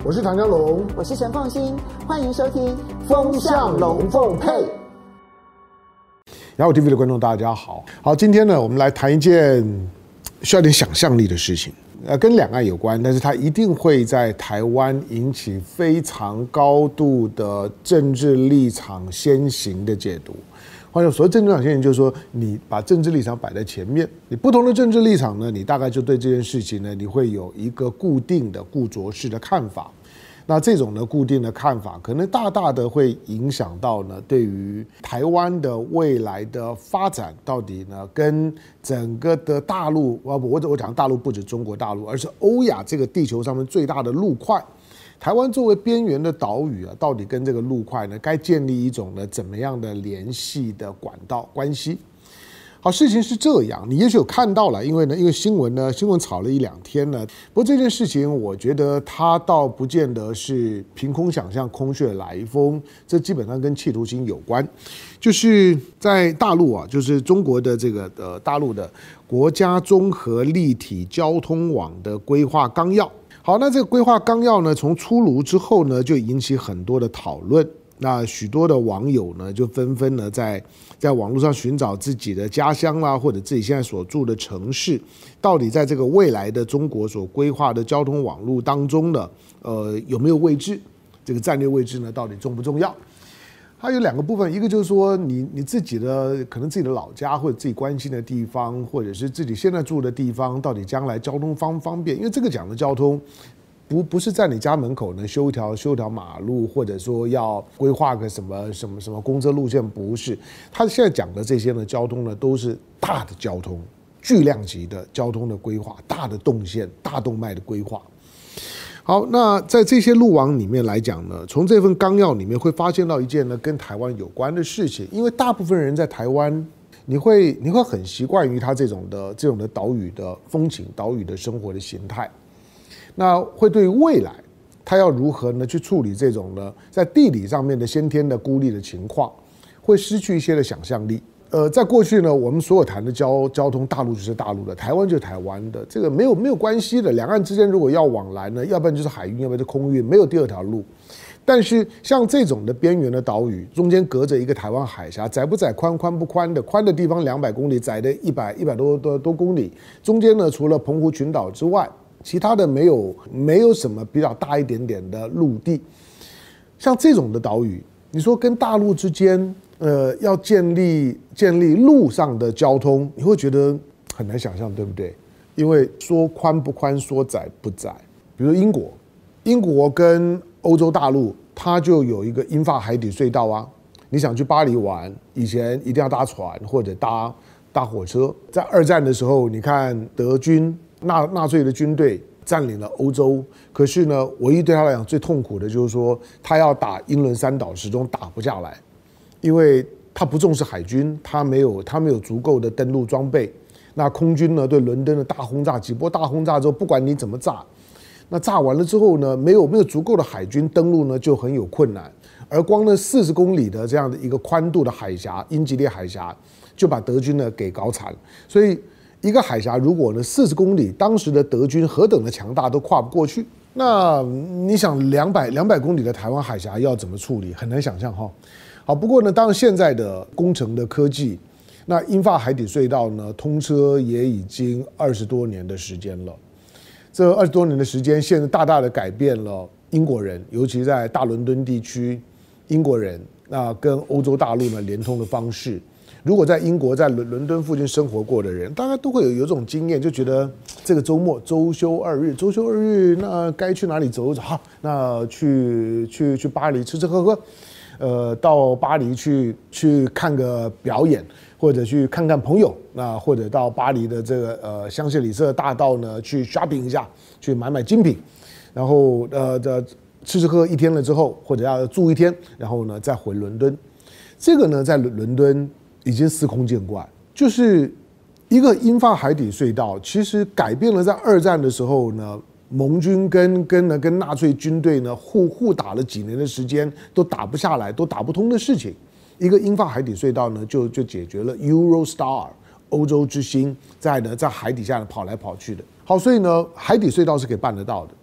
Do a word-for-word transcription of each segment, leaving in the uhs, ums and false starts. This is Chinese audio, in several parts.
我是唐湘龙， 我是陈凤馨，欢迎收听 《风向龙凤配》。然后 T V 的观众大家好，好，今天呢，我们来谈一件需要点想象力的事情，呃，跟两岸有关，但是它一定会在台湾引起非常高度的政治立场先行的解读。换句话说，所谓政治立场先行，就是说你把政治立场摆在前面，你不同的政治立场呢，你大概就对这件事情呢，你会有一个固定的、固着式的看法。那这种呢固定的看法，可能大大的会影响到呢，对于台湾的未来的发展，到底呢跟整个的大陆，我我讲大陆不止中国大陆，而是欧亚这个地球上面最大的陆块。台湾作为边缘的岛屿啊，到底跟这个陆块呢，该建立一种呢怎么样的联系的管道关系？好，事情是这样，你也许有看到了，因为呢，因为新闻呢，新闻炒了一两天呢。不过这件事情，我觉得它倒不见得是凭空想象、空穴来风，这基本上跟企图心有关。就是在大陆啊，就是中国的这个呃大陆的国家综合立体交通网的规划纲要。好，那这个规划纲要呢，从出炉之后呢，就引起很多的讨论。那许多的网友呢，就纷纷呢在在网络上寻找自己的家乡啦，或者自己现在所住的城市，到底在这个未来的中国所规划的交通网络当中呢，呃，有没有位置？这个战略位置呢，到底重不重要？它有两个部分，一个就是说你你自己的可能自己的老家或者自己关心的地方，或者是自己现在住的地方，到底将来交通方不方便？因为这个讲的交通。不不是在你家门口呢修一条修一条马路，或者说要规划个什么什么什么公车路线，不是。他现在讲的这些呢，交通呢都是大的交通，巨量级的交通的规划，大的动线、大动脉的规划。好，那在这些路网里面来讲呢，从这份纲要里面会发现到一件呢跟台湾有关的事情，因为大部分人在台湾，你会你会很习惯于他这种的这种的岛屿的风情、岛屿的生活的形态。那会对于未来，他要如何呢去处理这种呢在地理上面的先天的孤立的情况，会失去一些的想象力。呃，在过去呢，我们所有谈的交交通，大陆就是大陆的，台湾就是台湾的，这个没有没有关系的。两岸之间如果要往来呢，要不然就是海运，要不然就是空运，没有第二条路。但是像这种的边缘的岛屿，中间隔着一个台湾海峡，窄不窄、宽宽不宽的，宽的地方两百公里，窄的一百一百多多多公里，中间呢除了澎湖群岛之外。其他的没有没有什么比较大一点点的陆地，像这种的岛屿，你说跟大陆之间，呃，要建立建立陆上的交通，你会觉得很难想象，对不对？因为说宽不宽，说窄不窄。比如英国，英国跟欧洲大陆，它就有一个英法海底隧道啊。你想去巴黎玩，以前一定要搭船或者搭搭火车。在二战的时候，你看德军。纳纳粹的军队占领了欧洲，可是呢，唯一对他来讲最痛苦的就是说，他要打英伦三岛，始终打不下来，因为他不重视海军，他没有他没有足够的登陆装备。那空军呢，对伦敦的大轰炸，几波大轰炸之后，不管你怎么炸，那炸完了之后呢，没有没有足够的海军登陆呢，就很有困难。而光呢四十公里的这样的一个宽度的海峡，英吉利海峡，就把德军呢给搞惨，所以。一个海峡如果呢四十公里，当时的德军何等的强大都跨不过去。那你想两百两百公里的台湾海峡要怎么处理？很难想象哈。好，不过呢，当然现在的工程的科技，那英法海底隧道呢通车也已经二十多年的时间了。这二十多年的时间，现在大大的改变了英国人，尤其在大伦敦地区，英国人那跟欧洲大陆呢连通的方式。如果在英国、在伦伦敦附近生活过的人，大概都会有有种经验，就觉得这个周末周休二日，周休二日，那该去哪里走走？好，那去去去巴黎吃吃喝喝，呃，到巴黎去去看个表演，或者去看看朋友，那或者到巴黎的这个呃香榭里舍大道呢去 shopping 一下，去买买精品，然后呃的吃吃喝喝一天了之后，或者要住一天，然后呢再回伦敦。这个呢，在伦敦。已经司空见惯，就是一个英法海底隧道，其实改变了在二战的时候呢，盟军跟跟呢跟纳粹军队呢互互打了几年的时间，都打不下来，都打不通的事情。一个英法海底隧道呢，就就解决了 Eurostar 欧洲之星在呢在海底下呢跑来跑去的。好，所以呢，海底隧道是可以办得到的。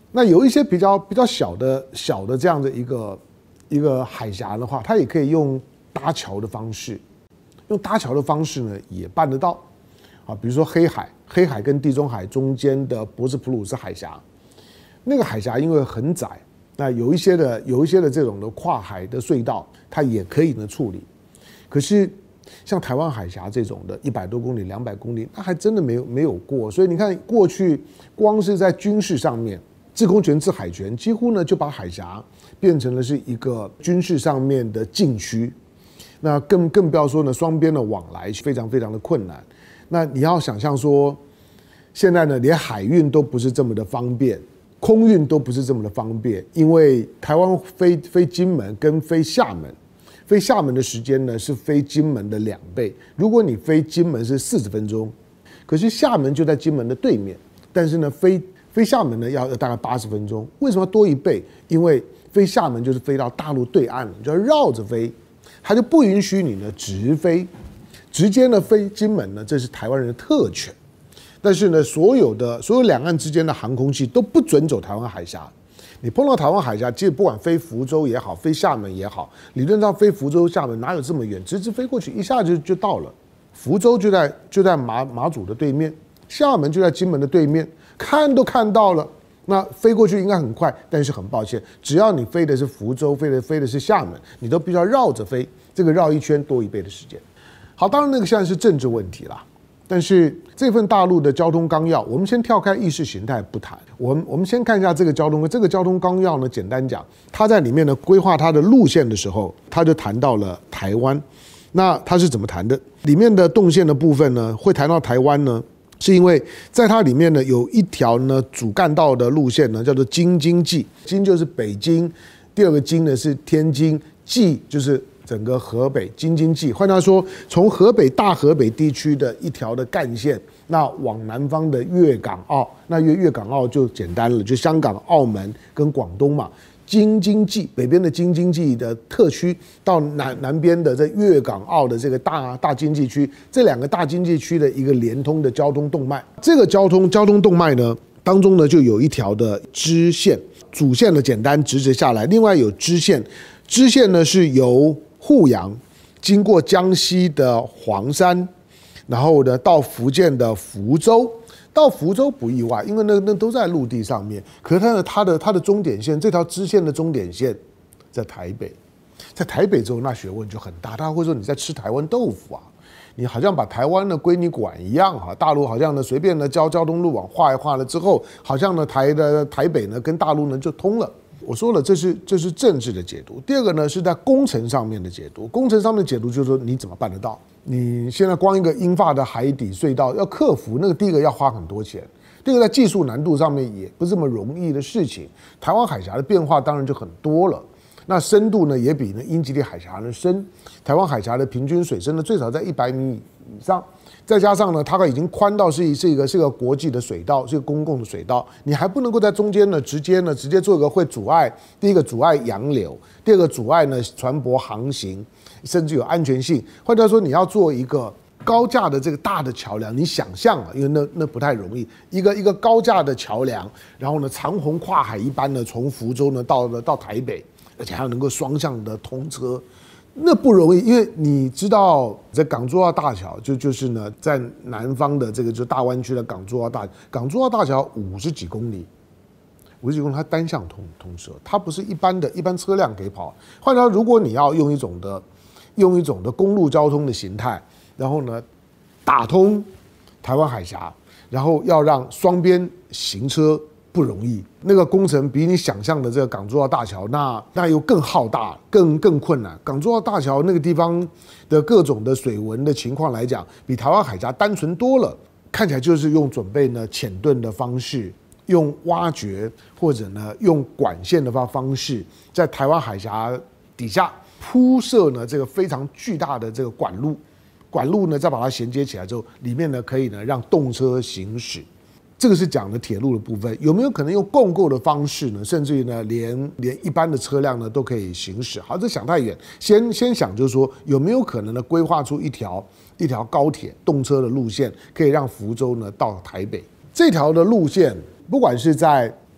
那有一些比较比较小的小的这样的一个一个海峡的话，它也可以用搭桥的方式，用搭桥的方式呢也办得到啊。比如说黑海，黑海跟地中海中间的博斯普鲁斯海峡，那个海峡因为很窄，那有一些的有一些的这种的跨海的隧道，它也可以呢处理。可是像台湾海峡这种的一百多公里、两百公里，那还真的没有没有过。所以你看，过去光是在军事上面，制空权、制海权，几乎呢就把海峡变成了是一个军事上面的禁区。那更更不要说呢，双边的往来非常非常的困难。那你要想象说，现在呢连海运都不是这么的方便，空运都不是这么的方便，因为台湾飞飞金门跟飞厦门。飞厦门的时间呢是飞金门的两倍。如果你飞金门是四十分钟，可是厦门就在金门的对面，但是呢飞飞厦门呢要大概八十分钟。为什么多一倍？因为飞厦门就是飞到大陆对岸了，就要绕着飞，它就不允许你呢直飞，直接呢飞金门呢，这是台湾人的特权。但是呢，所有的所有两岸之间的航空器都不准走台湾海峡。你碰到台湾海峡，其实不管飞福州也好，飞厦门也好，理论上飞福州、厦门哪有这么远？直直飞过去，一下就就到了。福州就在就在马马祖的对面，厦门就在金门的对面，看都看到了。那飞过去应该很快，但是很抱歉，只要你飞的是福州，飞的飞的是厦门，你都必须要绕着飞，这个绕一圈多一倍的时间。好，当然那个现在是政治问题啦。但是这份大陆的交通纲要，我们先跳开意识形态不谈，我们我们先看一下这个交通这个交通纲要呢，简单讲，它在里面呢规划它的路线的时候，它就谈到了台湾。那它是怎么谈的？里面的动线的部分呢，会谈到台湾呢，是因为在它里面呢有一条呢主干道的路线呢，叫做京津冀，京就是北京，第二个京呢是天津，冀就是整个河北京津冀。换句话说，从河北大河北地区的一条的干线，那往南方的粤港澳，那粤粤港澳就简单了，就香港、澳门跟广东嘛。京津冀北边的京津冀的特区，到南南边的这粤港澳的这个大大经济区，这两个大经济区的一个连通的交通动脉。这个交通交通动脉呢，当中呢就有一条的支线，主线的简单直直下来，另外有支线，支线呢是由沪阳经过江西的黄山，然后呢到福建的福州。到福州不意外，因为那那都在陆地上面。可是它的它的它的终点线，这条支线的终点线在台北，在台北之后，那学问就很大。大家会说你在吃台湾豆腐啊？你好像把台湾呢归你管一样哈。大陆好像呢随便呢交交通路网画一画了之后，好像呢台的台北呢跟大陆呢就通了。我说了，这是这是政治的解读。第二个呢是在工程上面的解读。工程上面的解读就是说你怎么办得到？你现在光一个英法的海底隧道要克服，那个第一个要花很多钱，第二个在技术难度上面也不是这么容易的事情。台湾海峡的变化当然就很多了，那深度呢也比呢英吉利海峡呢深。台湾海峡的平均水深呢最少在一百米以上，再加上呢它已经宽到是是一个是一个国际的水道，是一个公共的水道，你还不能够在中间呢直接呢直接做一个会阻碍，第一个阻碍洋流，第二个阻碍呢船舶航行，甚至有安全性。换句话说，你要做一个高架的这个大的桥梁，你想象啊，因为那那不太容易，一个一个高架的桥梁，然后呢长虹跨海一般呢从福州呢到了到台北，而且还要能够双向的通车，那不容易。因为你知道在港珠澳大桥就就是呢在南方的这个就大湾区的港珠澳大港珠澳大桥五十几公里。五十几公里它单向通通车，它不是一般的一般车辆可以跑。换句话说，如果你要用一种的用一种的公路交通的形态，然后呢打通台湾海峡，然后要让双边行车不容易，那个工程比你想象的这个港珠澳大桥那那又更浩大，更更困难。港珠澳大桥那个地方的各种的水文的情况来讲，比台湾海峡单纯多了，看起来就是用准备呢浅盾的方式。用挖掘或者呢用管线的方式，在台湾海峡底下铺设呢这个非常巨大的这个管路，管路呢再把它衔接起来之后，里面呢可以呢让动车行驶。这个是讲的铁路的部分。有没有可能用共构的方式呢？甚至于呢连连一般的车辆呢都可以行驶？好，这想太远，先先想就是说有没有可能呢规划出一条一条高铁动车的路线，可以让福州呢到台北。这条的路线不管是在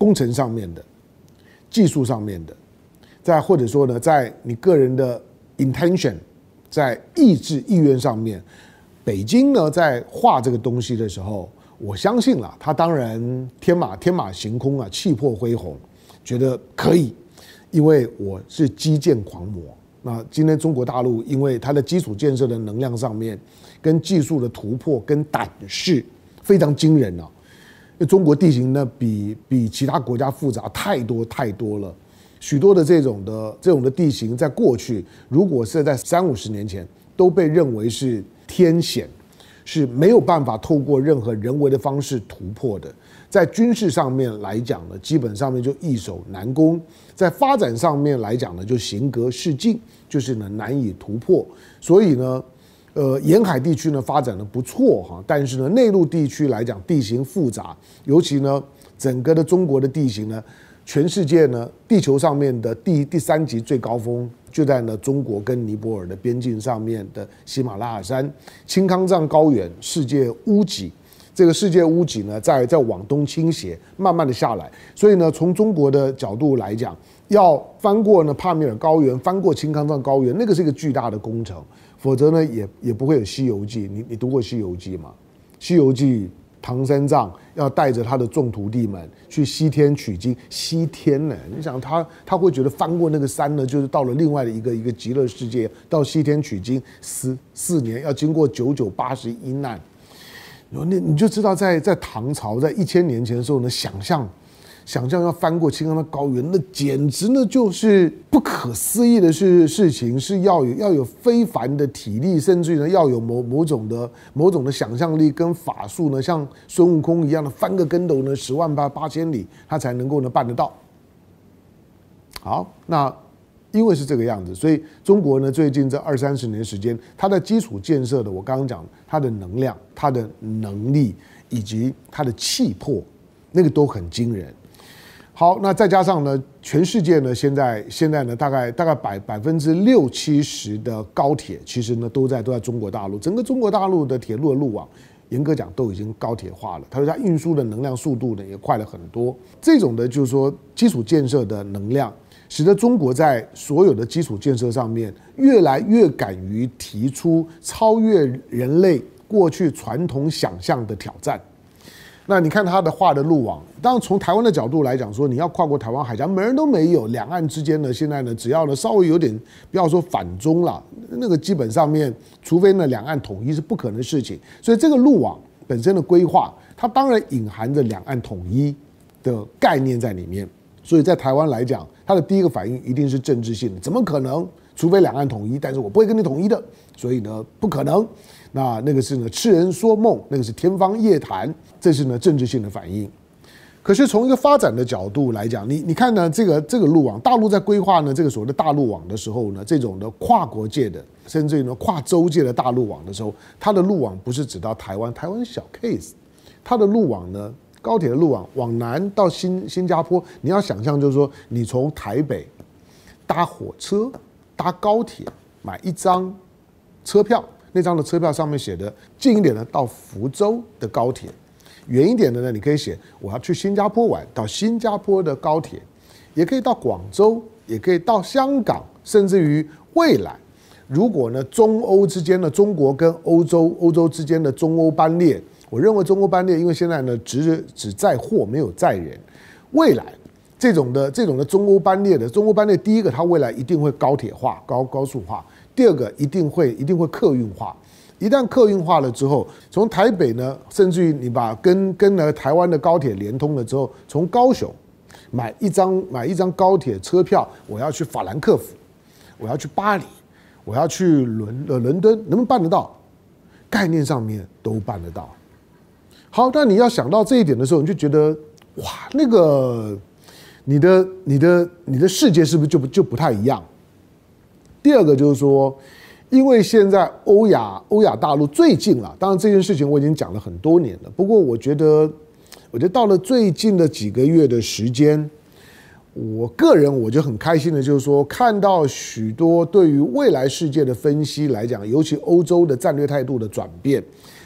工程上面的、技术上面的，再或者说呢，在你个人的 intention， 在意志意愿上面，北京呢在画这个东西的时候，我相信啦，他当然天马天马行空啊，气魄恢宏，觉得可以，因为我是基建狂魔。那今天中国大陆因为它的基础建设的能量上面，跟技术的突破跟胆识非常惊人啊！因为中国地形呢比比其他国家复杂太多太多了，许多的这种的这种的地形，在过去如果是在三五十年前，都被认为是天险，是没有办法透过任何人为的方式突破的。在军事上面来讲呢，基本上面就易守难攻；在发展上面来讲呢，就行格市境，就是呢难以突破。所以呢，呃，沿海地区呢发展的不错哈，但是呢，内陆地区来讲地形复杂，尤其呢，整个的中国的地形呢，全世界呢，地球上面的第第三级最高峰就在呢中国跟尼泊尔的边境上面的喜马拉雅山，青康藏高原，世界屋脊。这个世界屋脊呢，在在往东倾斜，慢慢的下来。所以呢，从中国的角度来讲，要翻过呢帕米尔高原，翻过青康藏高原，那个是一个巨大的工程，否则呢，也也不会有《西游记》。你你读过《西游记》吗？《西游记》唐三藏要带着他的众徒弟们去西天取经，西天呢？你想他他会觉得翻过那个山呢，就是到了另外的一个一个极乐世界，到西天取经，十四年要经过九九八十一难。你你就知道在，在在唐朝，在一千年前的时候呢，想象想象要翻过青康藏高原，那简直呢就是不可思议的事事情，是要有要有非凡的体力，甚至于呢要有某某种的某种的想象力跟法术呢，像孙悟空一样的翻个跟斗呢，十万八八千里，他才能够呢办得到。好，那。因为是这个样子，所以中国呢最近这二三十年时间，它的基础建设的，我刚刚讲它的能量、它的能力以及它的气魄，那个都很惊人。好，那再加上呢，全世界呢现在现在呢大概大概百百分之六七十的高铁，其实呢都在都在中国大陆，整个中国大陆的铁路的路网，严格讲都已经高铁化了，它说它运输的能量速度呢也快了很多。这种的就是说基础建设的能量。使得中国在所有的基础建设上面越来越敢于提出超越人类过去传统想象的挑战。那你看他的画的路网，当然从台湾的角度来讲说，你要跨过台湾海峡，门都没有，两岸之间呢，现在呢，只要呢稍微有点，不要说反中了，那个基本上面，除非呢两岸统一是不可能的事情。所以这个路网本身的规划，它当然隐含着两岸统一的概念在里面。所以在台湾来讲，他的第一个反应一定是政治性的，怎么可能？除非两岸统一，但是我不会跟你统一的，所以呢，不可能。那那个是呢，痴人说梦，那个是天方夜谭，这是呢政治性的反应。可是从一个发展的角度来讲，你你看呢，这个这个路网，大陆在规划呢这个所谓的大陆网的时候呢，这种的跨国界的，甚至于呢跨洲界的大陆网的时候，它的路网不是只到台湾，台湾小 case， 它的路网呢。高铁的路网往南到新新加坡，你要想象就是说，你从台北搭火车、搭高铁，买一张车票，那张的车票上面写的近一点的到福州的高铁，远一点的呢，你可以写我要去新加坡玩，到新加坡的高铁，也可以到广州，也可以到香港，甚至于未来，如果呢中欧之间的中国跟欧洲、欧洲之间的中欧班列。我认为中欧班列，因为现在呢只只载货没有载人，未来这种的这种的中欧班列的中欧班列，第一个它未来一定会高铁化、高高速化，第二个一定会一定会客运化。一旦客运化了之后，从台北呢，甚至于你把跟跟了台湾的高铁连通了之后，从高雄买一张买一张高铁车票，我要去法兰克福，我要去巴黎，我要去伦呃伦敦，能不能办得到？概念上面都办得到。好，但你要想到这一点的时候，你就觉得哇，那个你的你的你的世界是不是就不就不太一样？第二个就是说，因为现在欧亚欧亚大陆最近了，当然这件事情我已经讲了很多年了。不过我觉得，我觉得到了最近的几个月的时间，我个人我就很开心的，就是说看到许多对于未来世界的分析来讲，尤其欧洲的战略态度的转变。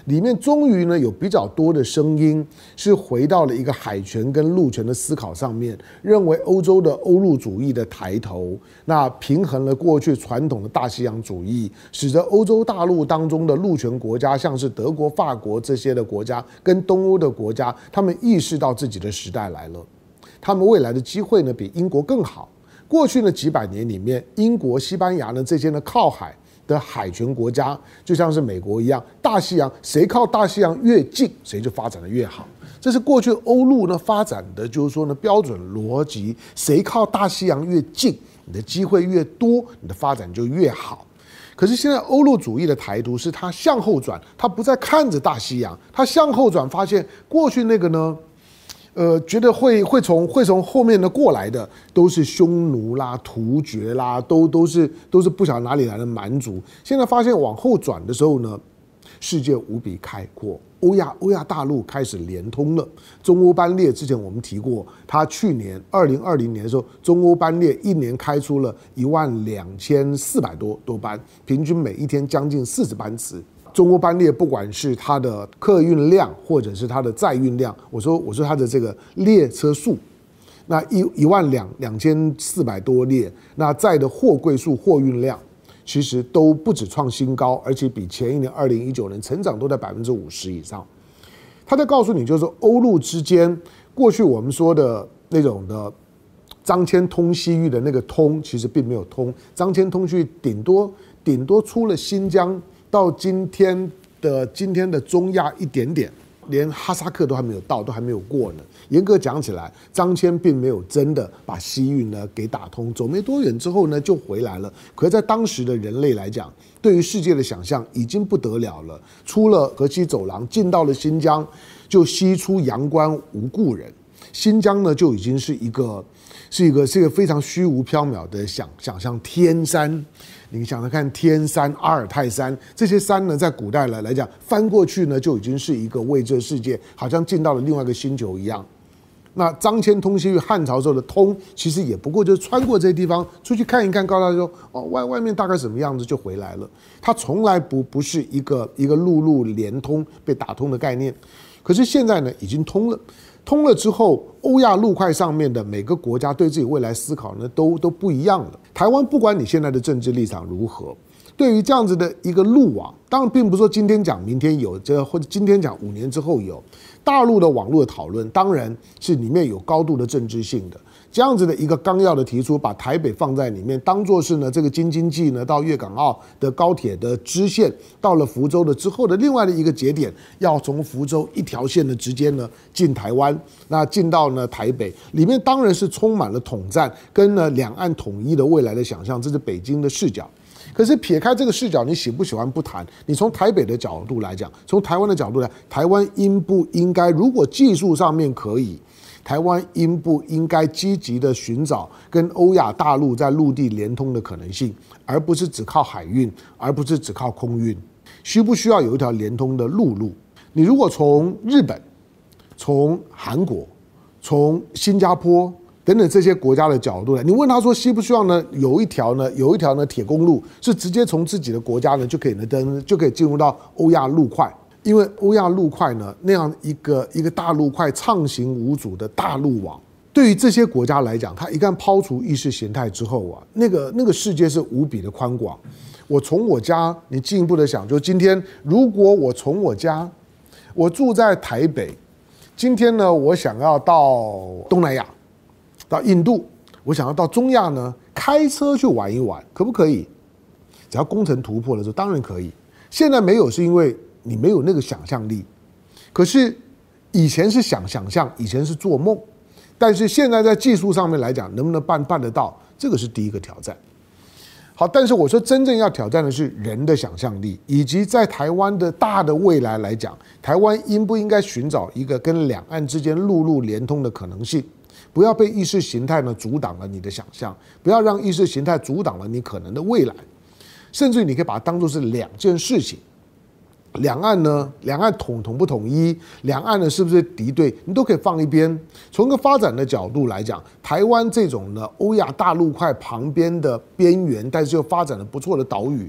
里面终于呢有比较多的声音是回到了一个海权跟陆权的思考上面，认为欧洲的欧陆主义的抬头，那平衡了过去传统的大西洋主义，使得欧洲大陆当中的陆权国家，像是德国、法国这些的国家跟东欧的国家，他们意识到自己的时代来了，他们未来的机会呢比英国更好。过去呢几百年里面，英国、西班牙呢这些呢靠海的海权国家，就像是美国一样，大西洋谁靠大西洋越近，谁就发展的越好。这是过去欧陆呢发展的，就是说呢标准逻辑，谁靠大西洋越近，你的机会越多，你的发展就越好。可是现在欧陆主义的台独是它向后转，它不再看着大西洋，它向后转，发现过去那个呢。呃，觉得会会从会从后面的过来的都是匈奴啦、突厥啦，都都是都是不晓得哪里来的蛮族。现在发现往后转的时候呢，世界无比开阔，欧亚欧亚大陆开始连通了。中欧班列之前我们提过，它去年二零二零年的时候，中欧班列一年开出了一万两千四百多多班，平均每一天将近四十班次。中欧班列不管是它的客运量或者是它的载运量，我说我说它的这个列车数，那一一万两两千四百多列，那载的货柜数、货运量，其实都不止创新高，而且比前一年二零一九年成长都在百分之五十以上。他在告诉你，就是欧陆之间过去我们说的那种的张骞通西域的那个通，其实并没有通，张骞通西域顶多顶多出了新疆。到今天的今天的中亚一点点，连哈萨克都还没有到，都还没有过呢。严格讲起来，张骞并没有真的把西域呢给打通，走没多远之后呢就回来了。可是在当时的人类来讲，对于世界的想象已经不得了了。出了河西走廊，进到了新疆，就西出阳关无故人。新疆呢就已经是一个是一个是一个非常虚无缥缈的想想象天山。你想想看，天山、阿尔泰山这些山呢，在古代来来讲，翻过去呢，就已经是一个未知世界，好像进到了另外一个星球一样。那张骞通西域，汉朝时候的通，其实也不过就是穿过这些地方，出去看一看，告诉他说，哦，外外面大概什么样子就回来了。它从来不不是一个一个陆路连通被打通的概念。可是现在呢，已经通了。通了之后，欧亚陆块上面的每个国家对自己未来思考呢，都都不一样了。台湾不管你现在的政治立场如何，对于这样子的一个路网，当然并不是说今天讲明天有，这或者今天讲五年之后有。大陆的网络的讨论，当然是里面有高度的政治性的。这样子的一个纲要的提出，把台北放在里面，当作是呢这个京津冀呢到粤港澳的高铁的支线，到了福州的之后的另外的一个节点，要从福州一条线的直接呢进台湾，那进到呢台北，里面当然是充满了统战跟呢两岸统一的未来的想象，这是北京的视角。可是撇开这个视角，你喜不喜欢不谈，你从台北的角度来讲，从台湾的角度来，台湾应不应该，如果技术上面可以，台湾应不应该积极的寻找跟欧亚大陆在陆地连通的可能性，而不是只靠海运，而不是只靠空运，需不需要有一条连通的陆路？你如果从日本、从韩国、从新加坡等等这些国家的角度来，你问他说希不希望呢？有一条呢，有一条呢铁公路是直接从自己的国家呢就可以呢登，就可以进入到欧亚陆块。因为欧亚陆块呢那样一个一个大陆块畅行无阻的大陆网，对于这些国家来讲，它一旦抛除意识形态之后啊，那个那个世界是无比的宽广。我从我家，你进一步的想，就今天如果我从我家，我住在台北，今天呢我想要到东南亚，到印度，我想要到中亚呢，开车去玩一玩，可不可以？只要工程突破了之后，当然可以。现在没有是因为你没有那个想象力，可是以前是想想象，以前是做梦，但是现在在技术上面来讲，能不能办办得到，这个是第一个挑战。好，但是我说真正要挑战的是人的想象力，以及在台湾的大的未来来讲，台湾应不应该寻找一个跟两岸之间陆路连通的可能性？不要被意识形态呢阻挡了你的想象，不要让意识形态阻挡了你可能的未来，甚至于你可以把它当作是两件事情。两岸呢，两岸统统不统一，两岸呢是不是敌对，你都可以放一边。从一个发展的角度来讲，台湾这种呢欧亚大陆块旁边的边缘，但是又发展的不错的岛屿，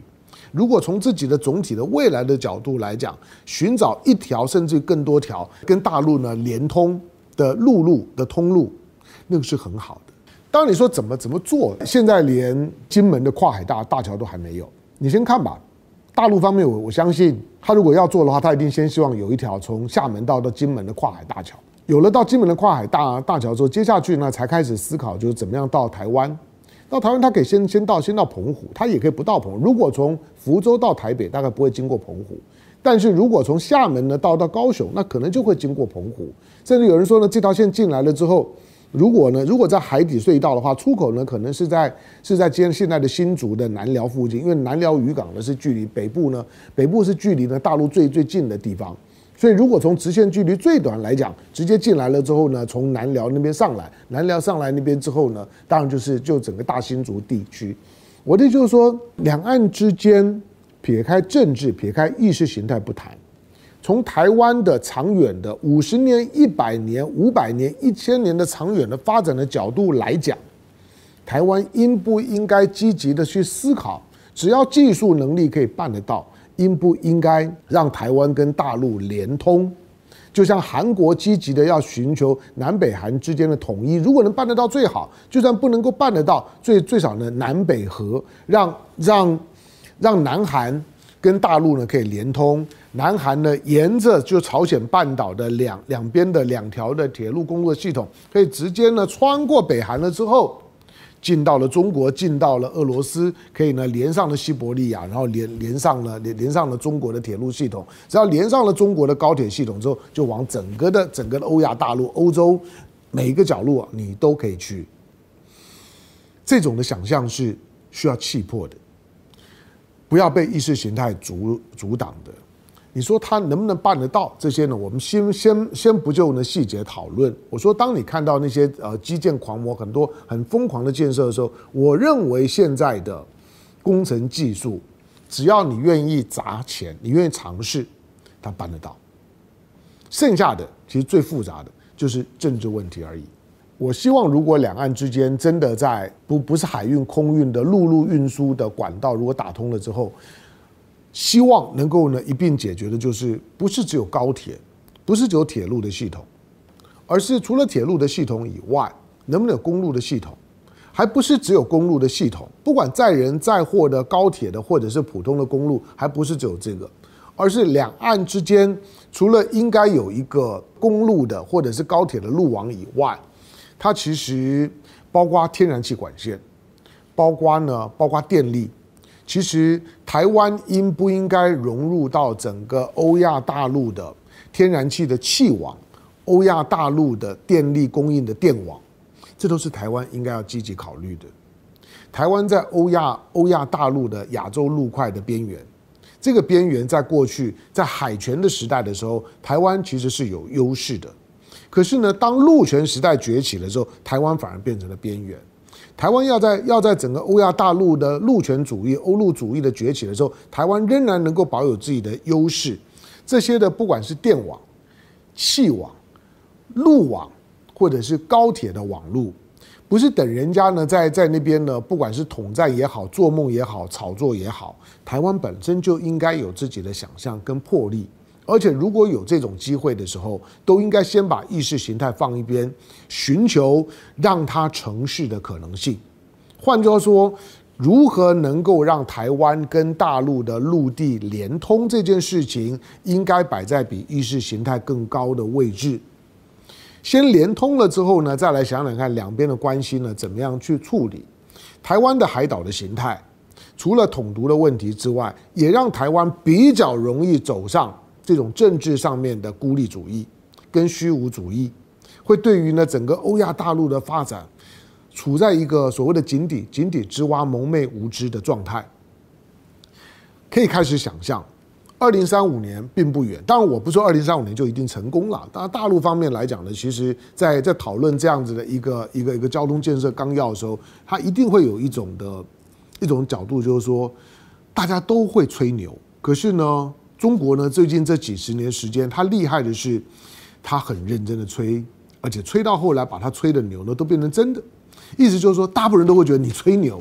如果从自己的总体的未来的角度来讲，寻找一条甚至更多条跟大陆呢连通的陆路的通路，那个是很好的。当然你说怎么怎么做，现在连金门的跨海大大桥都还没有，你先看吧。大陆方面我我相信他如果要做的话，他一定先希望有一条从厦门到到金门的跨海大桥。有了到金门的跨海大大桥之后，接下去呢才开始思考就是怎么样到台湾。到台湾他可以先先到先到澎湖，他也可以不到澎湖。如果从福州到台北，大概不会经过澎湖。但是如果从厦门呢到到高雄，那可能就会经过澎湖。甚至有人说呢，这条线进来了之后，如果呢，如果在海底隧道的话，出口呢可能是在是在今现在的新竹的南寮附近，因为南寮渔港呢是距离北部呢，北部是距离呢大陆最最近的地方，所以如果从直线距离最短来讲，直接进来了之后呢，从南寮那边上来，南寮上来那边之后呢，当然就是就整个大新竹地区。我的意思就是说，两岸之间撇开政治、撇开意识形态不谈。从台湾的长远的五十年、一百年、五百年、一千年的长远的发展的角度来讲，台湾应不应该积极的去思考，只要技术能力可以办得到，应不应该让台湾跟大陆连通？就像韩国积极的要寻求南北韩之间的统一，如果能办得到最好，就算不能够办得到，最最少呢南北合，让让让南韩跟大陆呢可以连通。南韩呢，沿着就朝鲜半岛的两两边的两条的铁路公路的系统，可以直接呢穿过北韩了之后，进到了中国，进到了俄罗斯，可以呢连上了西伯利亚，然后连连上了连连上了中国的铁路系统。只要连上了中国的高铁系统之后，就往整个的整个的欧亚大陆、欧洲每一个角落、啊、你都可以去。这种的想象是需要气魄的，不要被意识形态阻阻挡的。你说他能不能办得到？这些呢，我们先先先不就呢细节讨论。我说，当你看到那些呃基建狂魔很多很疯狂的建设的时候，我认为现在的工程技术，只要你愿意砸钱，你愿意尝试，他办得到。剩下的其实最复杂的就是政治问题而已。我希望，如果两岸之间真的在不不是海运、空运的陆路运输的管道如果打通了之后，希望能够呢一并解决的就是不是只有高铁，不是只有铁路的系统，而是除了铁路的系统以外，能不能有公路的系统？还不是只有公路的系统，不管载人载货的高铁的或者是普通的公路，还不是只有这个，而是两岸之间除了应该有一个公路的或者是高铁的路网以外，它其实包括天然气管线，包括呢包括电力。其实台湾应不应该融入到整个欧亚大陆的天然气的气网，欧亚大陆的电力供应的电网，这都是台湾应该要积极考虑的。台湾在欧亚欧亚大陆的亚洲陆块的边缘，这个边缘在过去在海权的时代的时候，台湾其实是有优势的。可是呢，当陆权时代崛起的时候，台湾反而变成了边缘。台湾要在要在整个欧亚大陆的陆权主义、欧陆主义的崛起的时候，台湾仍然能够保有自己的优势。这些的不管是电网、气网、路网，或者是高铁的网路，不是等人家呢在在那边呢，不管是统战也好、做梦也好、炒作也好，台湾本身就应该有自己的想象跟魄力。而且如果有这种机会的时候，都应该先把意识形态放一边，寻求让它成事的可能性。换句话说，如何能够让台湾跟大陆的陆地连通这件事情，应该摆在比意识形态更高的位置。先连通了之后呢，再来想想看两边的关系呢怎么样去处理。台湾的海岛的形态，除了统独的问题之外，也让台湾比较容易走上这种政治上面的孤立主义跟虚无主义，会对于呢整个欧亚大陆的发展处在一个所谓的井底井底之蛙、蒙昧无知的状态。可以开始想象二零三五年并不远，当然我不说二零三五年就一定成功了。当然大陆方面来讲呢，其实在在讨论这样子的一个一个一个交通建设纲要的时候，它一定会有一种的一种角度，就是说大家都会吹牛，可是呢中国呢，最近这几十年时间，它厉害的是，它很认真的吹，而且吹到后来，把它吹的牛呢都变成真的。意思就是说，大部分人都会觉得你吹牛，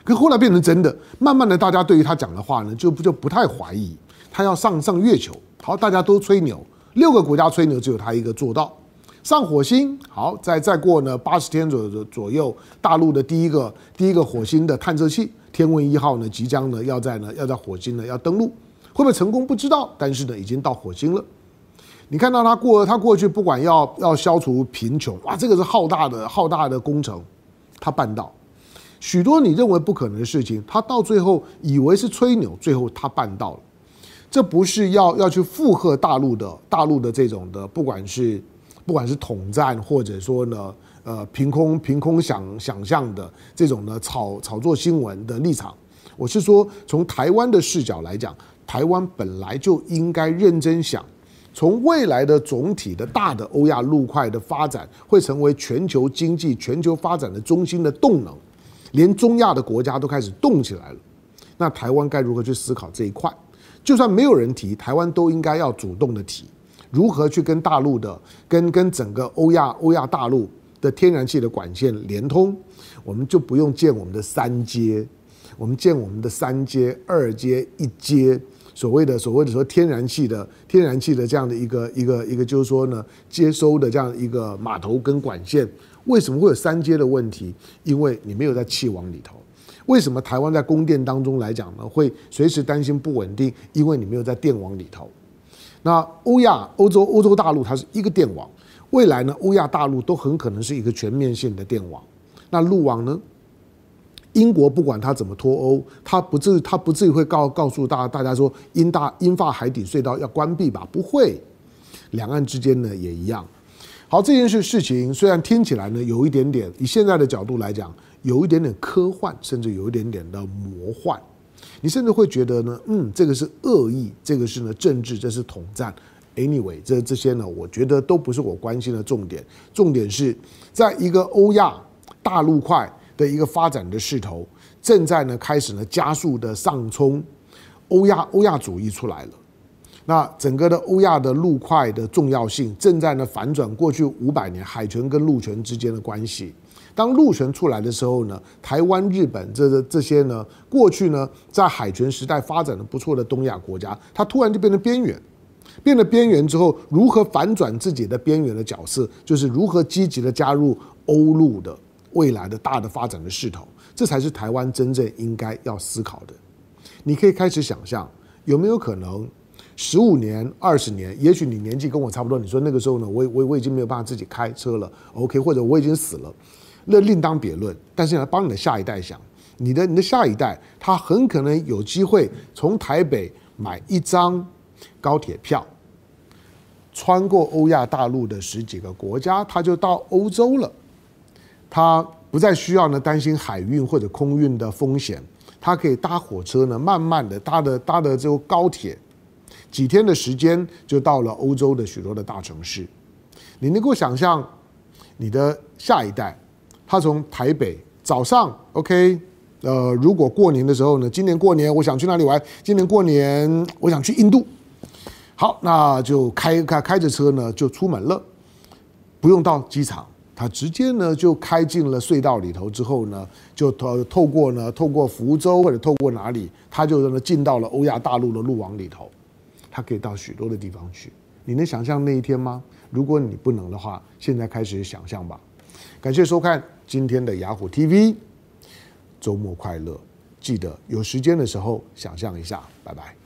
可后来变成真的，慢慢的大家对于他讲的话呢，就就不太怀疑。他要上上月球，好，大家都吹牛，六个国家吹牛，只有他一个做到。上火星，好，再再过呢八十天左左右，大陆的第一个第一个火星的探测器天问一号呢，即将呢要在呢要在火星呢要登陆，会不会成功不知道，但是呢已经到火星了。你看到他过他过去不管要要消除贫穷，哇，这个是浩大的浩大的工程，他办到。许多你认为不可能的事情，他到最后以为是吹牛，最后他办到了。这不是要要去附和大陆的大陆的这种的，不管是不管是统战，或者说呢，呃，凭空凭空想想象的这种呢炒炒作新闻的立场。我是说，从台湾的视角来讲，台湾本来就应该认真想，从未来的总体的大的欧亚陆块的发展，会成为全球经济、全球发展的中心的动能，连中亚的国家都开始动起来了。那台湾该如何去思考这一块？就算没有人提，台湾都应该要主动的提。如何去跟大陆的、跟跟整个欧亚欧亚大陆的天然气的管线连通，我们就不用建我们的三阶，我们建我们的三阶、二阶、一阶，所谓的所谓的说天然气的天然气的这样的一个一个一个，就是说呢，接收的这样一个码头跟管线，为什么会有三阶的问题？因为你没有在气网里头。为什么台湾在供电当中来讲呢，会随时担心不稳定？因为你没有在电网里头。那欧亚、欧洲、欧洲大陆它是一个电网，未来呢，欧亚大陆都很可能是一个全面性的电网。那陆网呢？英国不管它怎么脱欧，它不至它不至于会告告诉大大家说英大英法海底隧道要关闭吧？不会。两岸之间呢也一样。好，这件事事情虽然听起来呢有一点点，以现在的角度来讲，有一点点科幻，甚至有一点点的魔幻。你甚至会觉得呢，嗯，这个是恶意，这个是呢政治，这是统战。Anyway， 这这些呢，我觉得都不是我关心的重点。重点是在一个欧亚大陆块的一个发展的势头，正在呢开始呢加速的上冲，欧亚欧亚主义出来了。那整个的欧亚的陆块的重要性正在呢反转过去五百年海权跟陆权之间的关系。当陆权出来的时候呢，台湾、日本这这些呢，过去呢在海权时代发展的不错的东亚国家，它突然就变成边缘，变得边缘之后，如何反转自己的边缘的角色，就是如何积极的加入欧陆的未来的大的发展的势头，这才是台湾真正应该要思考的。你可以开始想象，有没有可能十五年、二十年，也许你年纪跟我差不多，你说那个时候呢，我我我已经没有办法自己开车了 ，OK， 或者我已经死了。那另当别论，但是呢，帮你的下一代想，你的你的下一代，他很可能有机会从台北买一张高铁票，穿过欧亚大陆的十几个国家，他就到欧洲了。他不再需要呢担心海运或者空运的风险，他可以搭火车呢，慢慢的搭的搭的这个高铁，几天的时间就到了欧洲的许多的大城市。你能够想象你的下一代？他从台北早上 ，OK， 呃，如果过年的时候呢，今年过年我想去哪里玩？今年过年我想去印度。好，那就开开开着车呢就出门了，不用到机场，他直接呢就开进了隧道里头之后呢，就透透过呢透过福州或者透过哪里，他就呢进到了欧亚大陆的路网里头，他可以到许多的地方去。你能想象那一天吗？如果你不能的话，现在开始想象吧。感谢收看今天的雅虎 T V， 周末快乐！记得有时间的时候想象一下，拜拜。